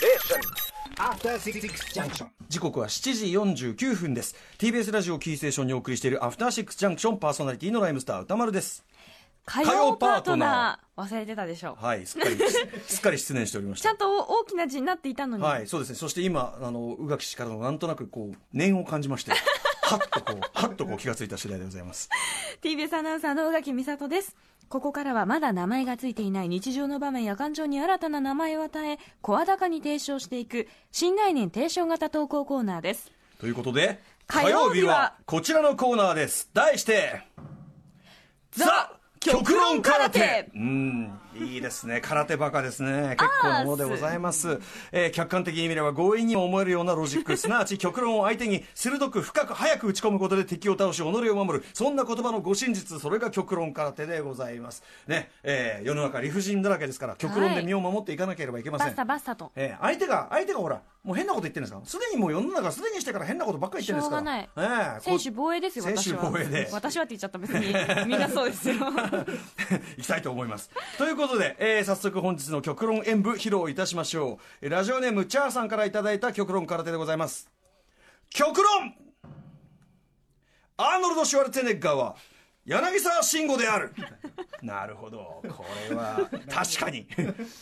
After Six Junction。 時刻は7時49分です。 TBS ラジオキーステーションにお送りしているアフターシックスジャンクション、パーソナリティのライムスター歌丸です。 火曜パートナー忘れてたでしょ。 はい、すっかり失念しておりました。 ちゃんと大きな字になっていたのに。 はい、そうですね。そして今宇垣氏からのなんとなくこう念を感じましてはっと気がついた次第でございます。 TBS アナウンサーの宇垣美里です。ここからはまだ名前がついていない日常の場面や感情に新たな名前を与え声高に提唱していく新概念提唱型投稿コーナーです。 ということで火曜日はこちらのコーナーです。題してザ・極論空手。いいですね。空手バカですね。結構なものでございます。客観的に見れば強引にも思えるようなロジック、すなわち極論を相手に鋭く深く早く打ち込むことで敵を倒し己を守る、そんな言葉のご真実、それが極論空手でございますね。世の中理不尽だらけですから極論で身を守っていかなければいけません。 バッサバッサと、 相手がほらもう変なこと言ってるんですか。すでにもう世の中すでにしてから変なことばっかり言ってるんですから。 しょうがない。専守防衛ですよ。 専守防衛で私はって言っちゃった。別にみんなそうですよいきたいと思います。ということで、早速本日の極論演舞披露いたしましょう。ラジオネームチャーさんからいただいた極論空手でございます。極論、アーノルド・シュワルツェネッガーは柳沢慎吾であるなるほど、これは確かに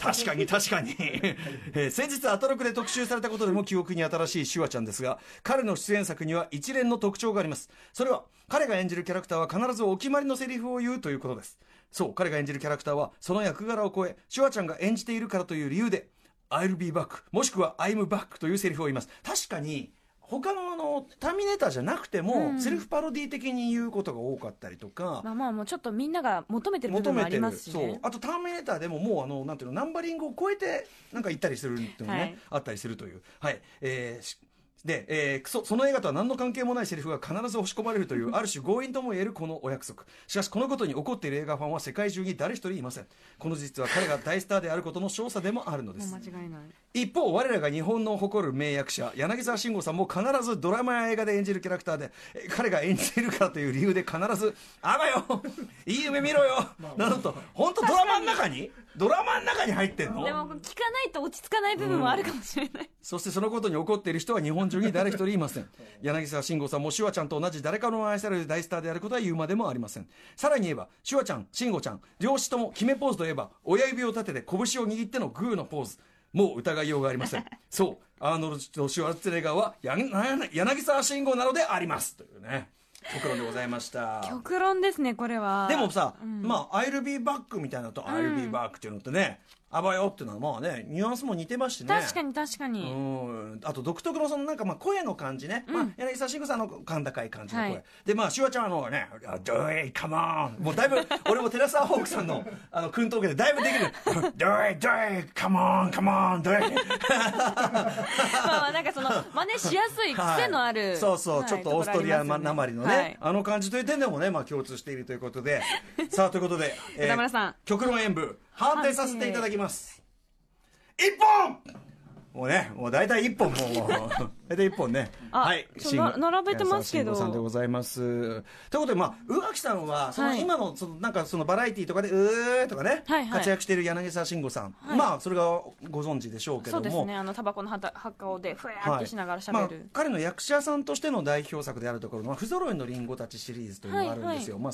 先日アトロクで特集されたことでも記憶に新しいシュワちゃんですが、彼の出演作には一連の特徴があります。それは彼が演じるキャラクターは必ずお決まりのセリフを言うということです。そう、彼が演じるキャラクターはその役柄を超え、シュワちゃんが演じているからという理由で I'll be back もしくは I'm back というセリフを言います。確かに他のターミネーターじゃなくても、セルフパロディ的に言うことが多かったりとか、 まあもうちょっとみんなが求めてる部分もありますしね。 そう、あとターミネーターでももうなんていうの、ナンバリングを超えてなんか言ったりするっていうのね、はい、あったりするという、はい、で、その映画とは何の関係もないセリフが必ず押し込まれるというある種強引とも言えるこのお約束。しかしこのことに怒っている映画ファンは世界中に誰一人いません。この事実は彼が大スターであることの証左でもあるのです。 もう間違いない。 一方我らが日本の誇る名役者柳沢慎吾さんも必ずドラマや映画で演じるキャラクターで、彼が演じているからという理由で必ずあばよいい夢見ろよなどと、本当ドラマの中に入ってんの。 でも聞かないと落ち着かない部分もあるかもしれない、 そしてそのことに怒っている人は日本中に誰一人いません。柳沢慎吾さんもシュワちゃんと同じ誰かの愛される大スターであることは言うまでもありません。さらに言えばシュワちゃん、慎吾ちゃん両氏とも決めポーズといえば親指を立てて拳を握ってのグーのポーズ、もう疑いようがありません。そう、アーノルド・シュワルツェネッガーは柳沢慎吾なのでありますというね、極論でございました。 極論ですね、これは。 でもさ、まあ I'll be back みたいなのと、I'll be back っていうのってね、あばよっていうのはまあね、ニュアンスも似てましてね。 確かに。 あと独特のそのなんかまあ声の感じね、まあ柳沢慎吾さんの甲高い感じの声、はい、でまあシュワちゃんのね、Do it come on もうだいぶ俺もテラサーホークさんの訓導系でだいぶできるDo it come on do it まあなんかその真似しやすい癖のある、はい、そう、 はい、ちょっとオーストリアなまりのね、はい、感じという点でもね、まあ共通しているということでさあということで、 歌村さん極論演舞判定させていただきます。一本もう大体1本大体1本ね。 はい、並べてますけど。 さんでございます。ということで、まあ宇垣さんはその今のなんかそのバラエティーとかでとかね、活躍している柳沢慎吾さん、まあそれがご存知でしょうけども、 そうですね、タバコの墓をでふやーってしながら喋る。 彼の役者さんとしての代表作であるところの不揃いのリンゴたちシリーズというのがあるんですよ。まあ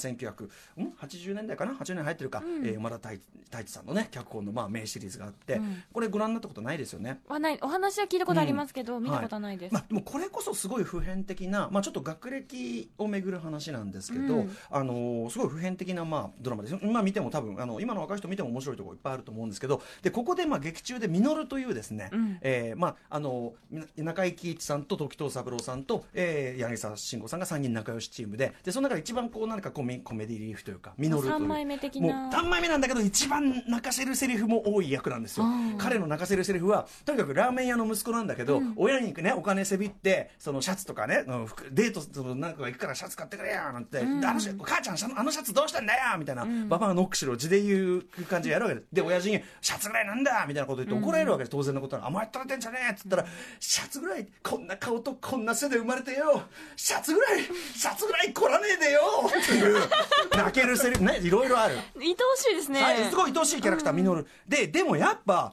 1980年代かな、80年入ってるか、山田太一さんのね脚本のまあ名シリーズがあって、これご覧になったことないですよね。 お話は聞いたことありますけど、見たことはないです。 でもこれこそすごい普遍的な、まあ、ちょっと学歴をめぐる話なんですけど、すごい普遍的な、まあ、ドラマです。今見ても多分今の若い人見ても面白いところいっぱいあると思うんですけど、でここでまあ劇中で実というですね、まあ、中井貴一さんと時藤三郎さんと、柳沢慎吾さんが3人仲良しチームで、その中で一番こう何かコメディリーフというか実という 3枚目的な、 もう3枚目なんだけど一番泣かせるセリフも多い役なんですよ。彼の泣かせるセリフはとにかくラーメン屋の息子なんだけど、親にねお金せびってそのシャツとかね、デートなんか行くからシャツ買ってくれよなんて、母ちゃんあのシャツどうしたんだよみたいな、ババアノックしろ字で言う感じでやるわけで、親父にシャツぐらいなんだみたいなこと言って怒られるわけです。当然のことなら甘えったられてんじゃねえっつったら、シャツぐらいこんな顔とこんな背で生まれてよ、シャツぐらい凝らねえでよっていう泣けるセリフね、いろいろある。 愛おしいですね。 すごい愛おしいキャラクター、実でもやっぱ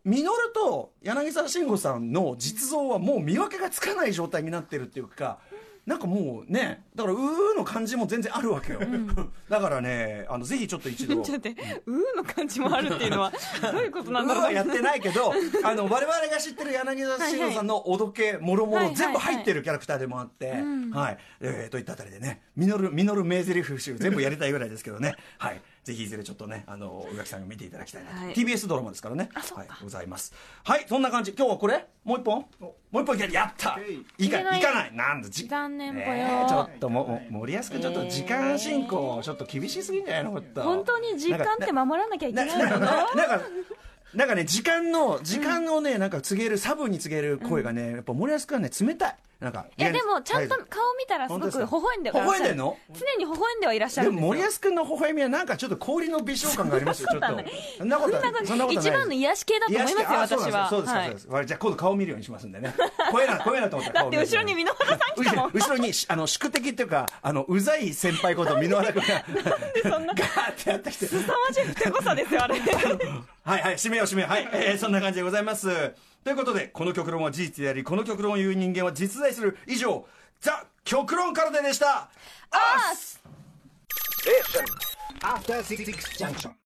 ミノルと柳沢慎吾さんの実像はもう見分けがつかない状態になってるっていうか、なんかもうね、だからの感じも全然あるわけよ、だからね、ぜひちょっと一度ちょっと待って、の感じもあるっていうのはどういうことなんだろう。 はやってないけど我々が知ってる柳沢慎吾さんのおどけもろもろ全部入ってるキャラクターでもあって、といったあたりでね、ミノル名台詞集全部やりたいぐらいですけどね、はい、ぜひいずれちょっとね宇垣さんが見ていただきたいなと、TBS ドラマですからね、はい、ございます。はい、そんな感じ。今日はこれもう一本やった。いかないなんだ残念ぽよ、 ちょっと森安君ちょっと時間進行ちょっと厳しすぎんじゃないの。 本当に時間って守らなきゃいけないの。 なんかね、時間をね、なんかサブに告げる声がね、やっぱ森安君はね、冷たい。なんかいやでもちゃんと顔見たらすごく微笑んでんの。 常に微笑んではいらっしゃるんですよ。 でも森安君の微笑みはなんかちょっと氷の微笑感がありますよ。ちょっとそんなことない。 一番の癒し系だと思いますよ、私は。 そうです。じゃあ今度顔見るようにしますんでね。怖えなと思ったら顔見る。 だって後ろに箕輪さん来たもん。 後ろに宿敵っていうかうざい先輩こと箕輪君がなんでそんなガーってやってきて。 凄まじいふてこさですよあれ。 はい、締めよう。はい、そんな感じでございます。ということで、この極論は事実であり、この極論を言う人間は実在する。以上、ザ・極論カルテでした。 アース After 66 junction.